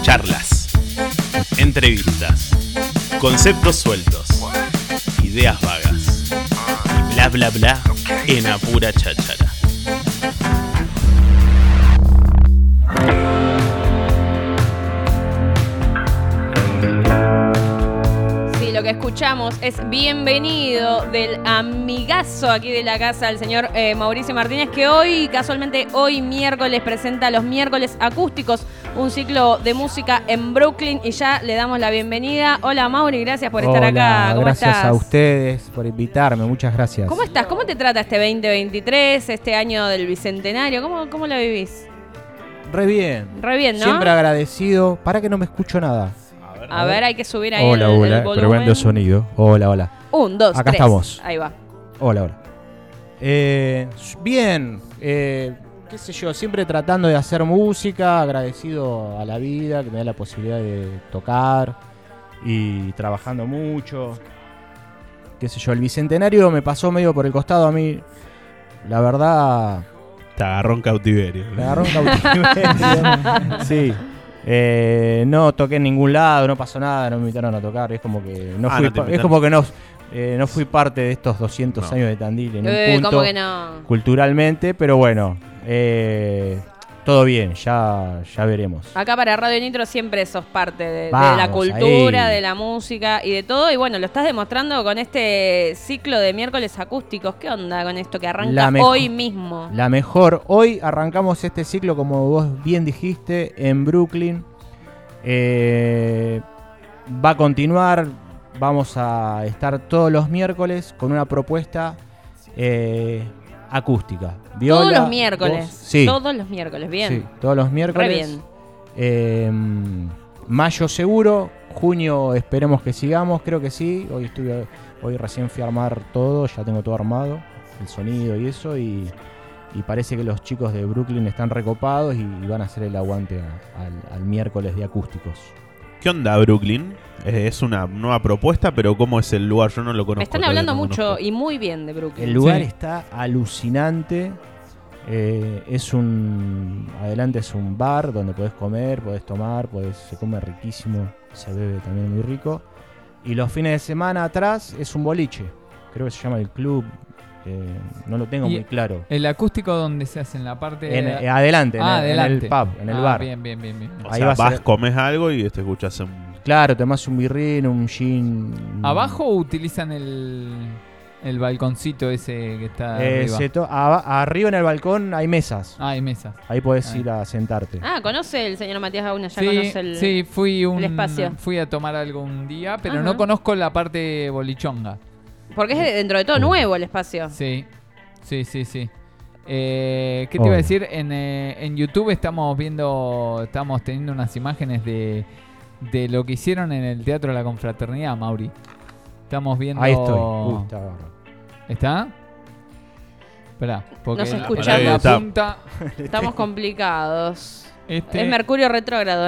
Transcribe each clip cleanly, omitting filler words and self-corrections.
Charlas, entrevistas, conceptos sueltos, ideas vagas y bla bla bla en apura cháchara. Lo que escuchamos es bienvenido del amigazo aquí de la casa, el señor Mauricio Martínez, que casualmente hoy miércoles presenta Los Miércoles Acústicos, un ciclo de música en Brooklyn, y ya le damos la bienvenida. Hola Mauri, gracias por estar acá. ¿Cómo gracias estás? A ustedes por invitarme, muchas gracias. ¿Cómo estás? ¿Cómo te trata este 2023, este año del Bicentenario? ¿Cómo la vivís? Re bien. Re bien, ¿no? Siempre agradecido. Para que no me escucho nada. A ver, hay que subir ahí hola, el hola, volumen. probando sonido. Hola. 1, 2, 3. Acá estamos. Ahí va. Hola. Bien. Qué sé yo, siempre tratando de hacer música, agradecido a la vida que me da la posibilidad de tocar y trabajando mucho. Qué sé yo, el Bicentenario me pasó medio por el costado a mí. La verdad... Te agarró en cautiverio. Me agarró en cautiverio. Sí. No toqué en ningún lado, no pasó nada, no me invitaron a tocar. Es como que no fui parte de estos 200 años de Tandil en un punto, ¿cómo que no? Culturalmente, pero bueno, todo bien, ya veremos. Acá para Radio Nitro siempre sos parte de Vamos, la cultura, ahí. de la música y de todo. Y bueno, lo estás demostrando con este ciclo de miércoles acústicos. ¿Qué onda con esto que arranca hoy mismo? La mejor. Hoy arrancamos este ciclo, como vos bien dijiste, en Brooklyn. Va a continuar. Vamos a estar todos los miércoles con una propuesta acústica. Viola, todos los miércoles. voz. Sí. Todos los miércoles, bien. Sí, todos los miércoles. Re bien. Mayo seguro, junio esperemos que sigamos, creo que sí. Hoy recién fui a armar todo, ya tengo todo armado, el sonido y eso, y parece que los chicos de Brooklyn están recopados y van a hacer el aguante al miércoles de acústicos. ¿Qué onda Brooklyn? Es una nueva propuesta, pero ¿cómo es el lugar? Yo no lo conozco. Me están hablando mucho y muy bien de Brooklyn. El lugar está alucinante. Adelante es un bar donde podés comer, podés tomar, se come riquísimo, se bebe también muy rico. Y los fines de semana atrás es un boliche. Creo que se llama el club. No lo tengo muy claro. ¿El acústico dónde se hace? ¿En la parte adelante, adelante. En el pub, en el bar? Bien. O sea, vas, comes algo y te escuchas Claro, tomás un birrín, un gin. ¿Abajo o utilizan el balconcito ese que está arriba? Arriba en el balcón hay mesas. Hay mesas. Ahí podés ir a sentarte. ¿Conoce el señor Matías Gauna? ¿Conoce el espacio? Fui a tomar algo un día, pero no conozco la parte bolichonga. Porque es dentro de todo nuevo el espacio. Sí. ¿Qué te iba a decir? En YouTube estamos teniendo unas imágenes de lo que hicieron en el Teatro de la Confraternidad, Mauri. Estamos viendo... Ahí estoy. ¿Está? Esperá, porque no se escucha la punta... Estamos complicados. Es Mercurio retrógrado,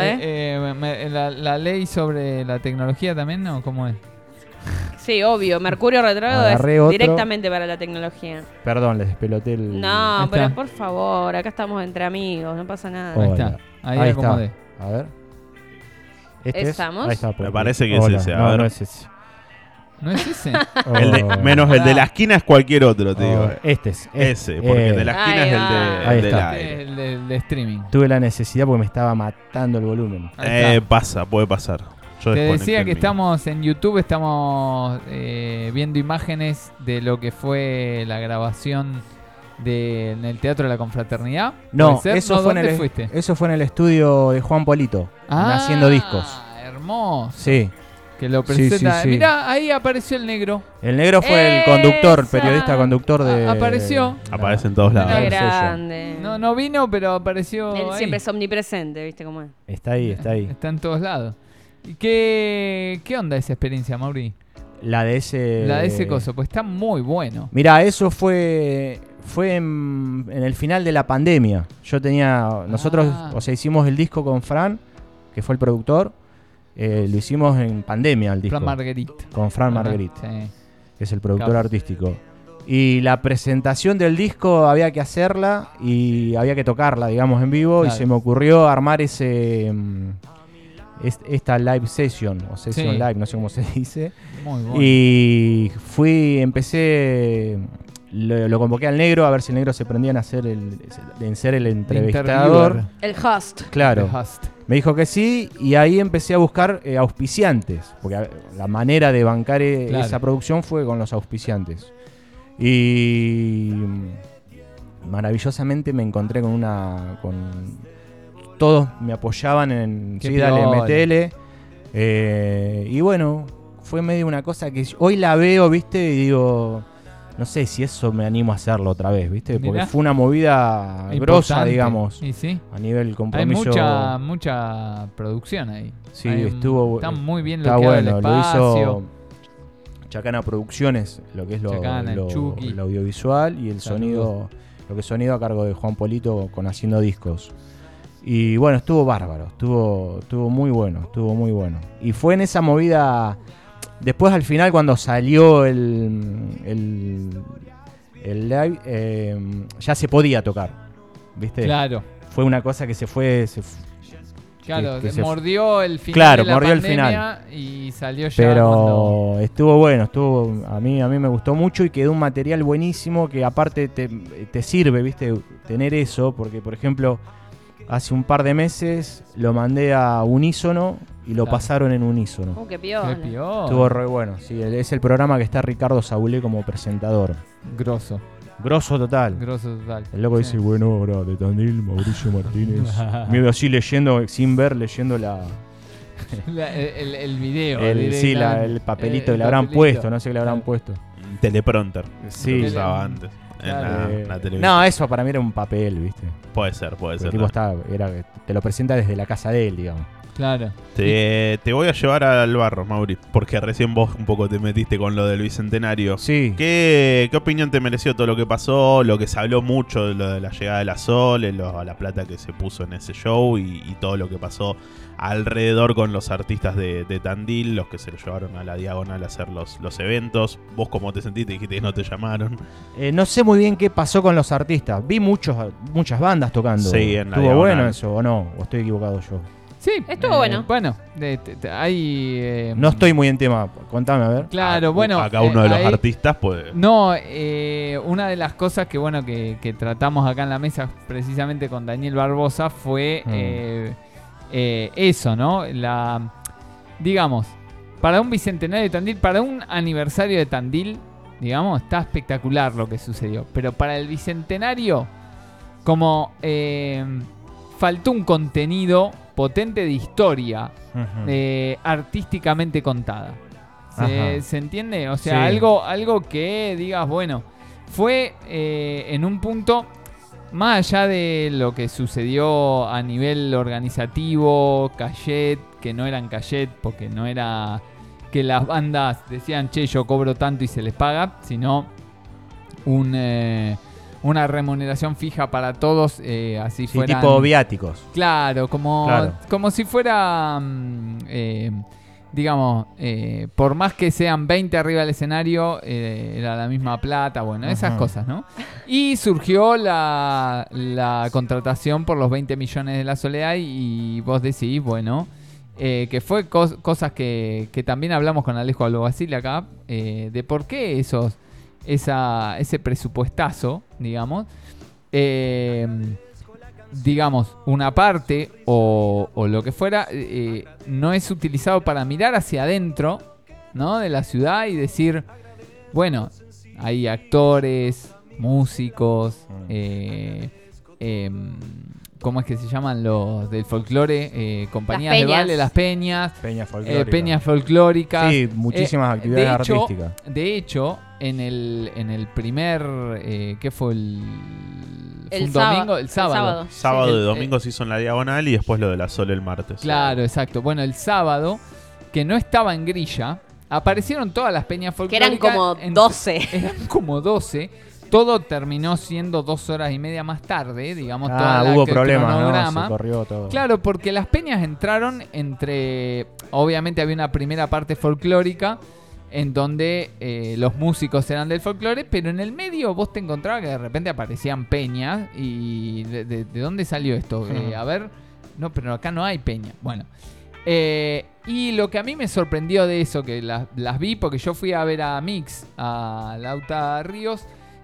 la ley sobre la tecnología también, ¿no? ¿Cómo es? Sí, obvio. Mercurio retrógrado es directamente para la tecnología. Perdón, les despeloté el... No, pero por favor, acá estamos entre amigos, no pasa nada. Ahí está. Ahí acomodé. A ver. ¿Estamos? Ahí está, me parece que es ese. No es ese. ¿No es ese? Menos el de la esquina es cualquier otro, te digo. Este es. Ese, porque el de la esquina es el del aire. El de streaming. Tuve la necesidad porque me estaba matando el volumen. Puede pasar. Te decía que estamos en YouTube, estamos viendo imágenes de lo que fue la grabación en el Teatro de la Confraternidad. No, fuiste? Eso fue en el estudio de Juan Polito, haciendo discos. Hermoso. Sí. Que lo presenta. Sí. Mirá, ahí apareció el negro. El negro fue el conductor, periodista conductor de... Apareció. Aparece en todos lados. Grande. No vino, pero apareció. Él ahí. siempre es omnipresente, ¿viste cómo es? Está ahí. Está en todos lados. ¿Y qué onda esa experiencia, Mauri? La de ese coso, pues está muy bueno. Mirá, eso fue en el final de la pandemia. Nosotros, hicimos el disco con Fran, que fue el productor. Lo hicimos en pandemia el disco. Fran Marguerite. Con Fran Marguerite, sí. Que es el productor artístico. Y la presentación del disco había que hacerla y había que tocarla, digamos, en vivo. Claro. Y se me ocurrió armar esta live session, o session Sí. live, no sé cómo se dice. Muy bueno. Y empecé, lo convoqué al negro a ver si el negro se prendía en ser el entrevistador. El host. Claro. The host. Me dijo que sí, y ahí empecé a buscar auspiciantes, porque la manera de bancar Claro. esa producción fue con los auspiciantes. Y maravillosamente me encontré con todos me apoyaban en Qué sí, dale, piola. metele. Y bueno, fue medio una cosa que hoy la veo, ¿viste? Y digo, no sé si eso me animo a hacerlo otra vez, ¿viste? Porque Mirá. fue una movida grosa, Importante. digamos, Y sí. a nivel Hay compromiso. mucha producción ahí. Sí, Hay está muy bien Está bloqueado el bueno, lo espacio. hizo Chacana Producciones, lo que es Chacana, el Chucky. el audiovisual, y el Saludos. sonido, lo que es sonido a cargo de Juan Polito con Haciendo Discos. Y bueno, estuvo bárbaro, estuvo muy bueno. Y fue en esa movida, después al final cuando salió el live, ya se podía tocar, ¿viste? Claro. Fue una cosa que se fue. Claro, que se- mordió el final Claro, de la mordió el pandemia y salió ya Pero cuando... estuvo bueno, a mí me gustó mucho y quedó un material buenísimo que aparte te sirve, ¿viste? Tener eso, porque por ejemplo, hace un par de meses lo mandé a Unísono y lo Claro. pasaron en Unísono. Qué Qué piola. piola. Estuvo re bueno, sí, es el programa que está Ricardo Saulé como presentador. Grosso Grosso total. total. El loco Sí. dice, bueno, ahora de Tandil, Mauricio Martínez. Medio así leyendo, sin ver, leyendo El video. sí, directamente. el papelito que le El habrán papelito. puesto, no sé qué le habrán Claro. puesto. Un teleprompter. Sí. Lo usaba antes. Claro. En la televisión. No, eso para mí era un papel, ¿viste? Puede ser. El tipo te lo presenta desde la casa de él, digamos. Claro. Te voy a llevar al barro, Mauri, porque recién vos un poco te metiste con lo del Bicentenario. Sí. ¿Qué opinión te mereció todo lo que pasó? Lo que se habló mucho de lo de la llegada de la Sole, la plata que se puso en ese show y todo lo que pasó alrededor con los artistas de Tandil, los que se lo llevaron a la diagonal a hacer los eventos. ¿Vos cómo te sentiste? Dijiste que no te llamaron. No sé muy bien qué pasó con los artistas. Vi muchas bandas tocando. Sí, en la ¿Estuvo diagonal. bueno eso o no? ¿O estoy equivocado yo? Sí. Estuvo bueno. Bueno, hay... No estoy muy en tema. Contame, a ver. Claro, bueno. Acá uno de los ahí- artistas, pues. No, una de las cosas que bueno que tratamos acá en la mesa precisamente con Daniel Barbosa fue eso, ¿no? Digamos, para un bicentenario de Tandil, para un aniversario de Tandil, digamos, está espectacular lo que sucedió. Pero para el bicentenario, como faltó un contenido potente de historia artísticamente contada. Ajá. ¿Se entiende? O sea, Sí. algo que digas, bueno, fue en un punto, más allá de lo que sucedió a nivel organizativo, cachet, que no eran cachet, porque no era que las bandas decían, che, yo cobro tanto y se les paga, sino una remuneración fija para todos, así Sí, fueran... tipo viáticos. Claro, Claro. como si fuera, digamos, por más que sean 20 arriba del escenario, era la misma plata, bueno, esas Ajá. cosas, ¿no? Y surgió la contratación por los 20 millones de la Soledad y vos decís, bueno, que fue cosas que también hablamos con Alejo Alguacil acá, de por qué ese presupuestazo, digamos, digamos, una parte o lo que fuera, no es utilizado para mirar hacia adentro, ¿no? De la ciudad y decir, bueno, hay actores, músicos, ¿cómo es que se llaman los del folclore? Compañías de peñas. baile, las peñas, Peña folclórica. peñas folclóricas. Sí, muchísimas actividades de hecho, artísticas. De hecho, en el primer, ¿qué fue fue un domingo? El sábado. Sábado Sí, de domingo se hizo en la diagonal y después lo de la Sole el martes. Claro, exacto. Bueno, el sábado, que no estaba en grilla, aparecieron todas las peñas Que folclóricas. eran como 12. Eran como 12. Todo terminó siendo 2 horas y media más tarde, digamos, toda la Hubo el problemas, ¿no? cronograma. Se corrió todo. Claro, porque las peñas entraron entre... Obviamente había una primera parte folclórica en donde los músicos eran del folclore, pero en el medio vos te encontrabas que de repente aparecían peñas y... ¿De dónde salió esto? A ver... No, pero acá no hay peña. Bueno. Y lo que a mí me sorprendió de eso, que las vi porque yo fui a ver a Mix, a Lauta Ríos,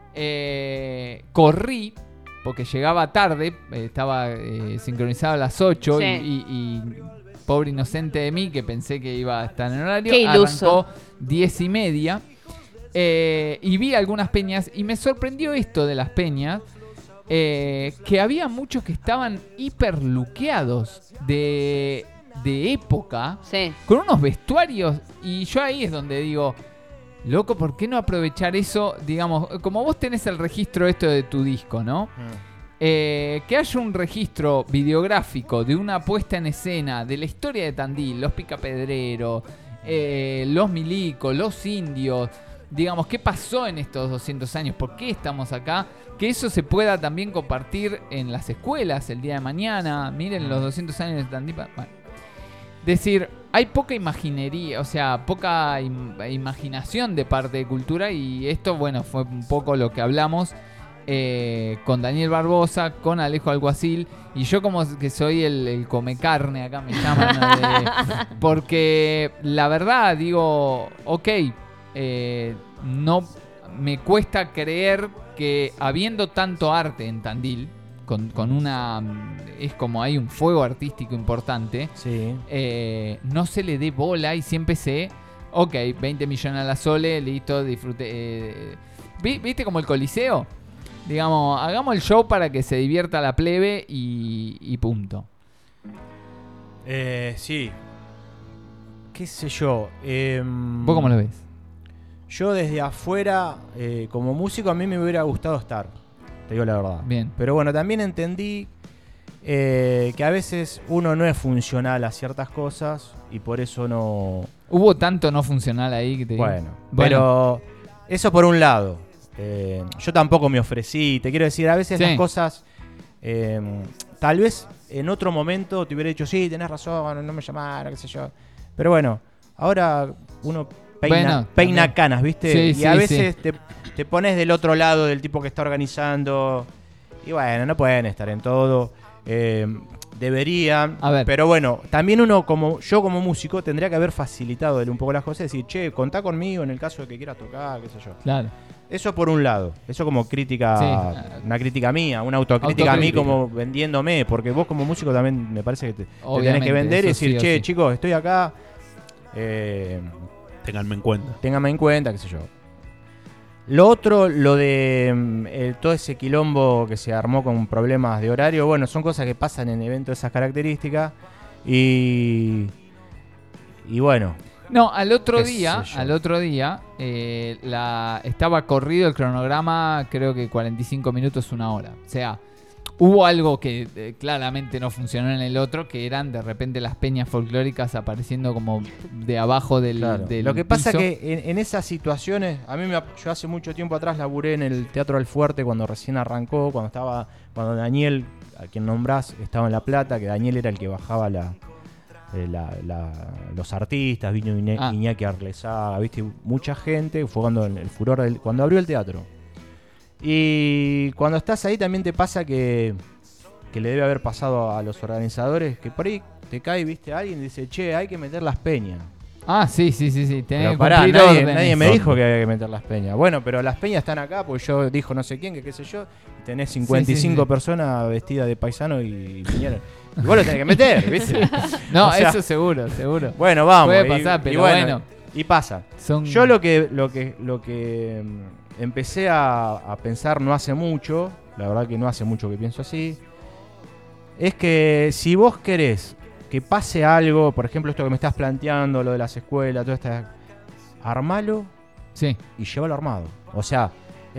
corrí porque llegaba tarde, estaba sincronizado a las 8 Sí. y pobre inocente de mí que pensé que iba a estar en horario, Qué iluso. arrancó 10:30 y vi algunas peñas y me sorprendió esto de las peñas, que había muchos que estaban hiper luqueados de época, Sí. con unos vestuarios, y yo ahí es donde digo, loco, ¿por qué no aprovechar eso? Digamos, como vos tenés el registro esto de tu disco, ¿no? Que haya un registro videográfico de una puesta en escena de la historia de Tandil, los picapedreros, los milicos, los indios, digamos, ¿qué pasó en estos 200 años? ¿Por qué estamos acá? Que eso se pueda también compartir en las escuelas el día de mañana. Miren los 200 años de Tandil. Bueno. Decir, hay poca imaginería, o sea, poca imaginación de parte de cultura, y esto, bueno, fue un poco lo que hablamos con Daniel Barbosa, con Alejo Alguacil, y yo como que soy el come carne, acá me llaman, ¿no? Porque la verdad, digo, ok, no me cuesta creer que habiendo tanto arte en Tandil, con una... es como hay un fuego artístico importante, Sí. no se le dé bola y siempre ok, 20 millones a la Sole, listo, disfrute. ¿Viste como el Coliseo? Digamos, hagamos el show para que se divierta la plebe y punto. Sí. ¿Qué sé yo? ¿Vos cómo lo ves? Yo desde afuera, como músico, a mí me hubiera gustado estar. Te digo la verdad. Bien. Pero bueno, también entendí que a veces uno no es funcional a ciertas cosas y por eso no... ¿Hubo tanto no funcional ahí que te digo? Bueno, pero eso por un lado. Yo tampoco me ofrecí. Te quiero decir, a veces Sí. las cosas... tal vez en otro momento te hubiera dicho, sí, tenés razón, no me llamaron, qué sé yo. Pero bueno, ahora uno peina también. canas, ¿viste? Sí, y sí, a veces sí. te pones del otro lado del tipo que está organizando. Y bueno, no pueden estar en todo. Deberían. A ver. Pero bueno, también yo como músico tendría que haber facilitado un poco las cosas. Decir, che, contá conmigo en el caso de que quieras tocar, qué sé yo. Claro. Eso por un lado. Eso como crítica, Sí. una crítica mía, una autocrítica a mí Autocrítica. como vendiéndome. Porque vos como músico también me parece que te tenés Obviamente, que vender y eso decir, sí o che, sí. chicos, estoy acá. Ténganme en cuenta. Ténganme en cuenta, qué sé yo. Lo otro, lo de todo ese quilombo que se armó con problemas de horario, bueno, son cosas que pasan en eventos de esas características. Y bueno, No, al otro Qué día, sé yo. estaba corrido el cronograma, creo que 45 minutos, 1 hora. O sea, hubo algo que claramente no funcionó en el otro, que eran de repente las peñas folclóricas apareciendo como de abajo del, claro. del Lo que pasa piso. que en esas situaciones, yo hace mucho tiempo atrás laburé en el Teatro del Fuerte cuando recién arrancó, cuando Daniel, a quien nombrás, estaba en La Plata, que Daniel era el que bajaba los artistas, vino Iñaki Arlezaga, viste, mucha gente, fue cuando el furor cuando abrió el teatro. Y cuando estás ahí también te pasa que le debe haber pasado a los organizadores, que por ahí te cae, viste, alguien y dice, che, hay que meter las peñas. Ah, sí. Tenés Pero que pará, cumplir nadie órdenes. me dijo que había que meter las peñas. Bueno, pero las peñas están acá porque yo dijo no sé quién, que qué sé yo. Y tenés 55 sí. personas vestidas de paisano y vinieron. Y vos lo tenés que meter, ¿viste? No, O sea, eso seguro. Bueno, vamos. Puede pasar, pero bueno. Y pasa. Son... Yo lo que empecé a pensar no hace mucho, la verdad que no hace mucho que pienso así, es que si vos querés que pase algo, por ejemplo esto que me estás planteando, lo de las escuelas, todo esto, armalo Sí. y llévalo armado. O sea,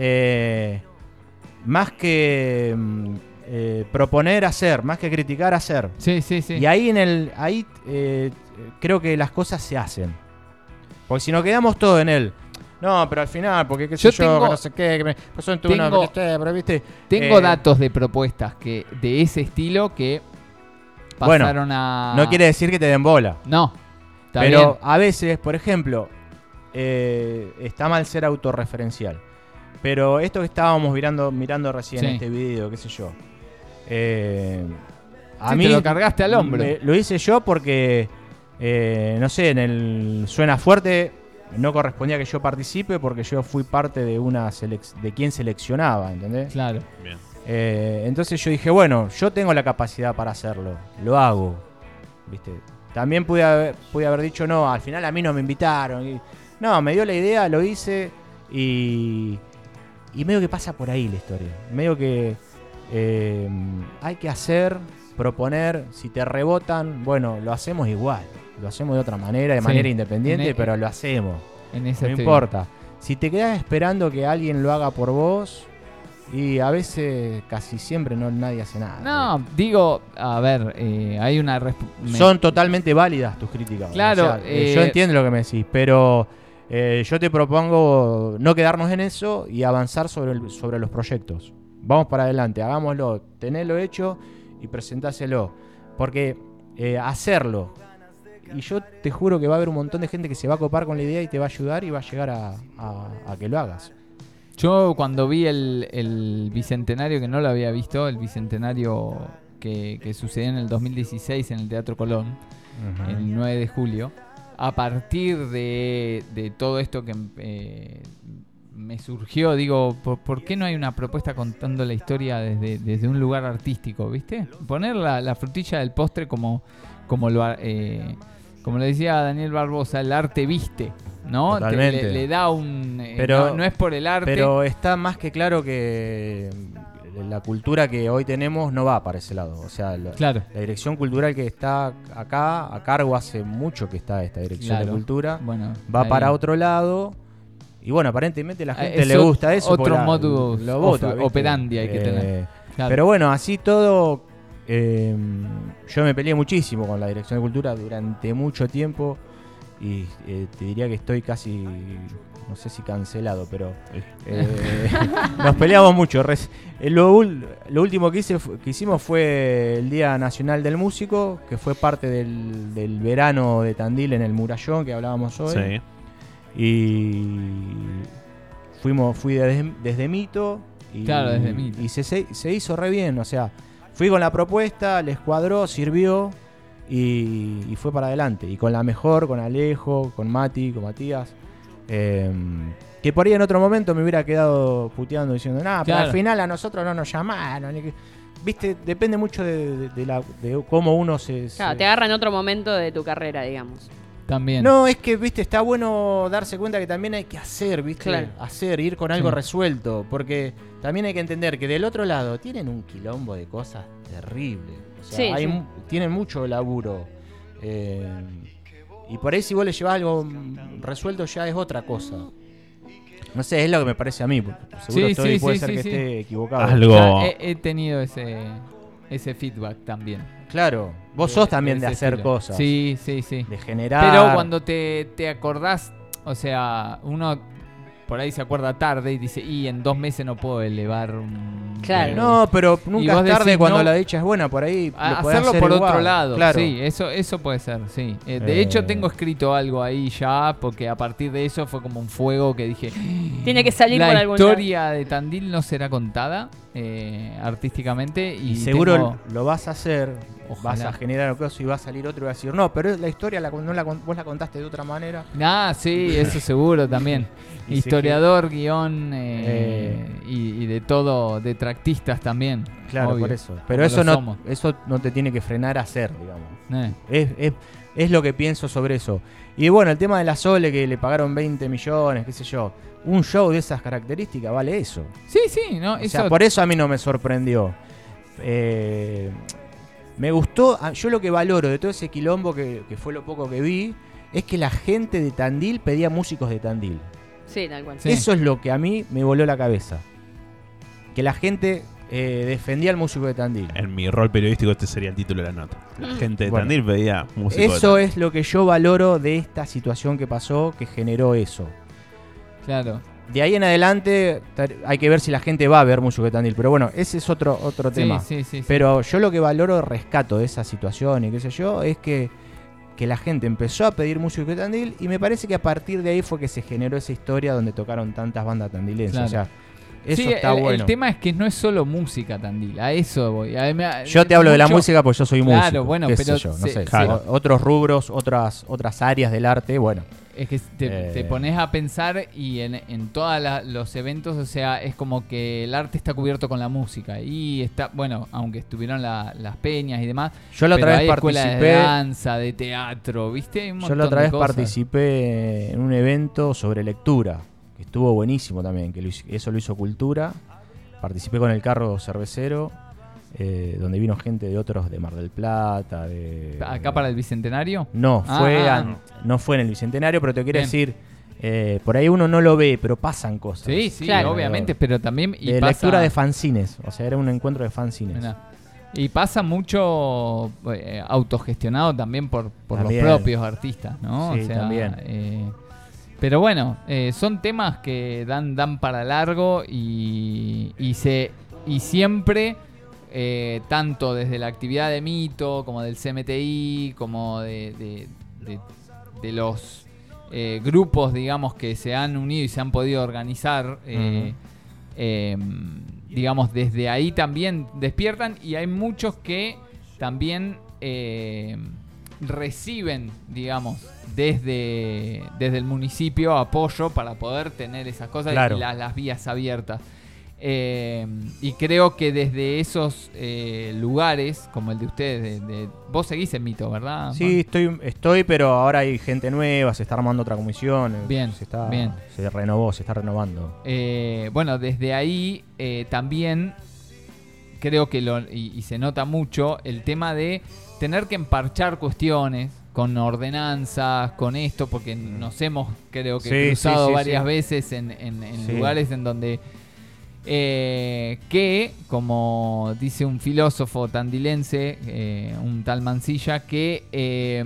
más que proponer, hacer, más que criticar, hacer. Sí. Y ahí creo que las cosas se hacen. Porque si nos quedamos todo en él, no, pero al final, porque qué sé yo, que no sé qué, que me pasó en tu pero viste. Tengo datos de propuestas de ese estilo que pasaron a... No quiere decir que te den bola. No, está Pero bien. a veces, por ejemplo, está mal ser autorreferencial. Pero esto que estábamos mirando recién en este video, qué sé yo. A Sí, mí te lo cargaste al hombro. Lo hice yo porque no sé, en el Suena Fuerte no correspondía que yo participe porque yo fui parte de de quien seleccionaba, ¿entendés? Claro. Bien. Entonces yo dije, bueno, yo tengo la capacidad para hacerlo, lo hago, ¿viste? También pude haber dicho, no, al final a mí no me invitaron. No, me dio la idea, lo hice y medio que pasa por ahí la historia. Medio que hay que hacer, proponer, si te rebotan, bueno, lo hacemos igual. Lo hacemos de otra manera, de manera independiente, pero lo hacemos. No importa. Si te quedas esperando que alguien lo haga por vos, y a veces, casi siempre, nadie hace nada. No, digo, a ver, hay una... Son totalmente válidas tus críticas. Claro. O sea, yo entiendo lo que me decís, pero yo te propongo no quedarnos en eso y avanzar sobre los proyectos. Vamos para adelante, hagámoslo, tenelo hecho y presentáselo. Porque hacerlo, y yo te juro que va a haber un montón de gente que se va a copar con la idea y te va a ayudar y va a llegar a que lo hagas. Yo cuando vi el bicentenario, que no lo había visto, el bicentenario que sucedió en el 2016 en el Teatro Colón, el 9 de julio, a partir de todo esto que me surgió, digo, ¿por qué no hay una propuesta contando la historia desde un lugar artístico, ¿viste? Poner la frutilla del postre como lo decía Daniel Barbosa, el arte viste, ¿no? Totalmente. Le da un... Pero, no es por el arte. Pero está más que claro que la cultura que hoy tenemos no va para ese lado. O sea, claro. La dirección cultural que está acá, a cargo hace mucho que está esta dirección de cultura, va para otro lado. Y bueno, aparentemente a la gente le gusta eso. Otro modus operandi hay que tener. Claro. Pero bueno, así todo... yo me peleé muchísimo con la dirección de cultura durante mucho tiempo y te diría que estoy casi, no sé si cancelado, pero nos peleamos mucho. Lo último que hicimos fue el Día Nacional del Músico, que fue parte del verano de Tandil en el Murallón que hablábamos hoy. Sí. Y fui desde Mito y, claro, desde Mito. Y se hizo re bien, o sea, fui con la propuesta, les cuadró, sirvió y fue para adelante. Y con la mejor, con Alejo, con Mati, con Matías. Que por ahí en otro momento me hubiera quedado puteando diciendo, pero claro. Al final a nosotros no nos llamaron. Viste, depende mucho de cómo uno Claro, te agarra en otro momento de tu carrera, digamos. También. No, es que, viste, está bueno darse cuenta que también hay que hacer, viste, claro. ir con algo resuelto, porque también hay que entender que del otro lado tienen un quilombo de cosas terribles, o sea, tienen mucho laburo, y por ahí si vos le llevas algo resuelto ya es otra cosa. No sé, es lo que me parece a mí, seguro puede ser que esté equivocado. Algo... He tenido ese feedback también. Claro, vos sos también de hacer estilo. cosas. Sí. De generar. Pero cuando te acordás, o sea, uno por ahí se acuerda tarde y dice, y en 2 meses no puedo elevar un... Claro. No, pero nunca es tarde decís, cuando no, la dicha es buena, por ahí lo podés hacerlo hacer por igual. otro lado, Claro. sí, eso puede ser, sí. De hecho tengo escrito algo ahí ya, porque a partir de eso fue como un fuego que dije... Tiene que salir por algún lado. La lado. historia de Tandil no será contada artísticamente y seguro lo vas a hacer, Ojalá. vas a generar cosas y va a salir otro y va a decir, no, pero la historia vos la contaste de otra manera. Sí, eso seguro también. Historiador, guión y de todo, detractistas también. Claro, obvio, por eso. Pero eso somos. no te tiene que frenar a hacer, digamos. Es lo que pienso sobre eso. Y bueno, el tema de la Sole, que le pagaron 20 millones, qué sé yo. Un show de esas características vale eso. Sí, no, O sea, por eso a mí no me sorprendió. Me gustó, yo lo que valoro de todo ese quilombo que fue lo poco que vi, es que la gente de Tandil pedía músicos de Tandil. Sí, tal cual. Sí. Eso es lo que a mí me voló la cabeza. Que la gente defendía al músico de Tandil. En mi rol periodístico este sería el título de la nota. La gente de Tandil pedía músico de Eso Tandil. es lo que yo valoro de esta situación que pasó, que generó eso. Claro. De ahí en adelante hay que ver si la gente va a ver músico de Tandil. Pero bueno, ese es otro tema. Sí. Pero yo lo que valoro, rescato de esa situación y qué sé yo, es que la gente empezó a pedir músico de Tandil y me parece que a partir de ahí fue que se generó esa historia donde tocaron tantas bandas tandilenses. Claro. O sea, Eso Sí, está bueno. El tema es que no es solo música, Tandil, a eso voy. Yo te hablo de la música porque yo soy músico. Claro, bueno, qué sé pero yo, no sé. claro. Otros rubros, otras áreas del arte, bueno. Es que te pones a pensar y en todos los eventos, o sea, es como que el arte está cubierto con la música. Y está, bueno, aunque estuvieron las peñas y demás. Yo la otra vez hay escuelas participé. de danza, de teatro, ¿viste? Hay un Yo montón la otra de vez cosas. participé en un evento sobre lectura, que estuvo buenísimo también, eso lo hizo Cultura. Participé con el carro cervecero, donde vino gente de otros, de Mar del Plata, ¿Acá para el Bicentenario? No, no fue en el Bicentenario, pero te quiero decir, por ahí uno no lo ve, pero pasan cosas. Sí, sí, Claro. obviamente, pero también... De lectura de fanzines, o sea, era un encuentro de fanzines. Mirá. Y pasa mucho autogestionado también por También. los propios artistas, ¿no? Sí, o sea, también. Pero bueno, son temas que dan para largo y siempre, tanto desde la actividad de Mito, como del CMTI, como de los grupos, digamos, que se han unido y se han podido organizar, digamos, desde ahí también despiertan, y hay muchos que también reciben, digamos, desde el municipio apoyo para poder tener esas cosas. Claro. Y las vías abiertas. Y creo que desde esos lugares, como el de ustedes, vos seguís en Mito, ¿verdad? Sí, estoy, pero ahora hay gente nueva, se está armando otra comisión. Bien, bien. Se renovó, se está renovando. Bueno, desde ahí también creo que y se nota mucho el tema de tener que emparchar cuestiones con ordenanzas, con esto, porque nos hemos, creo que, cruzado varias veces en lugares en donde que, como dice un filósofo tandilense, un tal Mansilla, que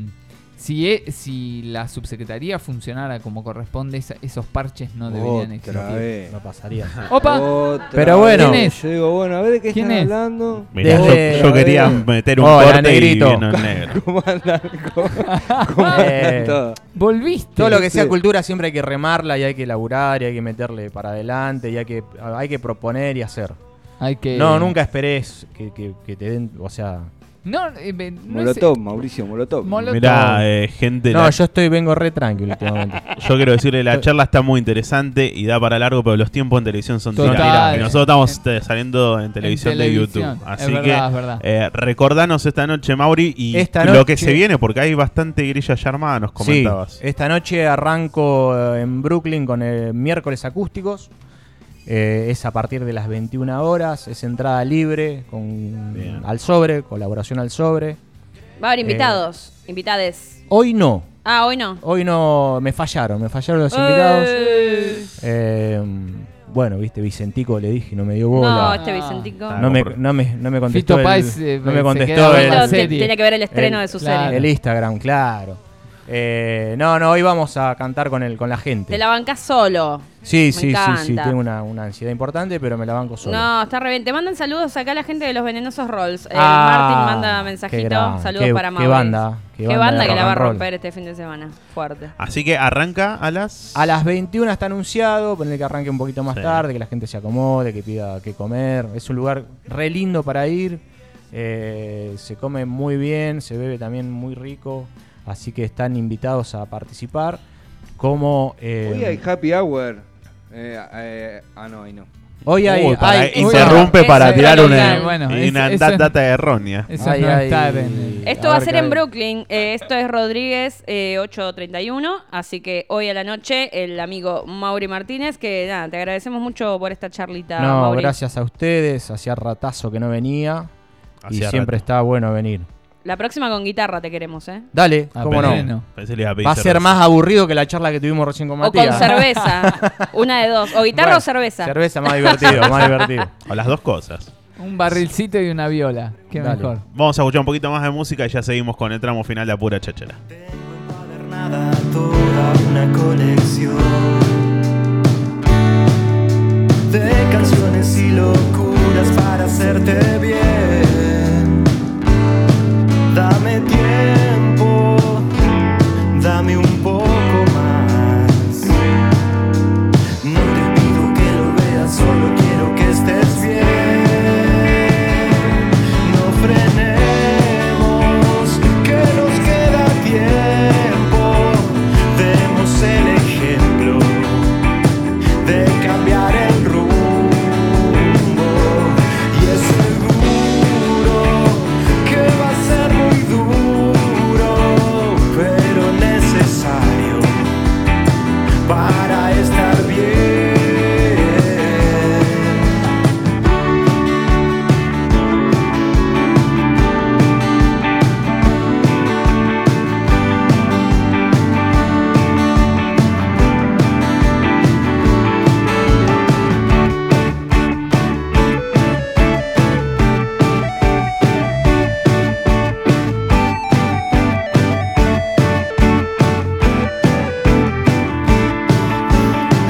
si la subsecretaría funcionara como corresponde, esos parches no deberían existir. No pasaría. ¡Opa! Pero bueno. ¿Quién es? Yo digo, bueno, a ver de qué ¿Quién están es? hablando. Mirá, Desde- yo quería meter un Hola, corte negrito. y vino el negro. ¿Cómo andan? ¿Cómo andan todo? ¿Volviste? Todo lo que sea Sí. cultura siempre hay que remarla y hay que laburar y hay que meterle para adelante y hay que proponer y hacer. Hay que... No, nunca esperes que te den, o sea... No, no Molotov, Mauricio, Molotov. Molotov. Mirá, gente. No, yo vengo re tranquilo últimamente. Yo quiero decirle, la charla está muy interesante y da para largo, pero los tiempos en televisión son Total. tirados. Y nosotros estamos saliendo en televisión de YouTube. Así es verdad. recordanos esta noche, Mauri, y Esta lo que noche- se viene, porque hay bastante grilla ya armada, nos comentabas. Sí, esta noche arranco en Brooklyn con miércoles acústicos. Es a partir de las 21 horas. Es entrada libre Bien. al sobre, colaboración al sobre. Va a haber invitados, invitades. Hoy no. Ah, hoy no. Hoy no, me fallaron los invitados. Bueno, viste, Vicentico le dije y no me dio bola. No, este Vicentico. Ah, No me contestó. Fito Páez, no me se contestó quedaba en el, la Fito serie. tenía que ver el estreno de su claro. serie. el Instagram, claro. No, hoy vamos a cantar con la gente. Te la bancás solo. Sí, Me encanta. sí, tengo una ansiedad importante, pero me la banco solo. No, está re bien. Te mandan saludos acá la gente de los Venenosos Rolls. Ah, Martín manda qué mensajito. gran, Saludos qué- para qué Mauri. banda, Qué qué banda banda de que la rock va a and roll. romper este fin de semana. Fuerte. Así que arranca a las... A las 21 está anunciado, poner que arranque un poquito más Sí. tarde, que la gente se acomode, que pida qué comer. Es un lugar re lindo para ir. Se come muy bien, se bebe también muy rico. Así que están invitados a participar. Como Hoy hay happy hour. No, ahí no. hoy hay, Uy, hay- interrumpe Eso para es tirar lo una, que- bueno, una eso es- data errónea. Eso hay- no hay- estar en... Esto a va a ver ser qué en hay. Brooklyn. Esto es Rodríguez 831. Así que hoy a la noche el amigo Mauri Martínez. Que nada, te agradecemos mucho por esta charlita, No, Mauri. gracias a ustedes. Hacía ratazo que no venía. Y Hacía siempre rato. está bueno venir. La próxima con guitarra te queremos, ¿eh? Dale, Ah, cómo no. bueno. Pensé que le iba a pedir Va a ser cerveza. más aburrido que la charla que tuvimos recién con O con Matías. cerveza. Una de dos. O guitarra Bueno, o cerveza. Cerveza más divertido, más divertido. O las dos cosas. Un barrilcito y una viola. Qué Dale. mejor. Vamos a escuchar un poquito más de música y ya seguimos con el tramo final de Apura Cháchara. Nada, toda una colección de canciones y locuras para hacerte bien.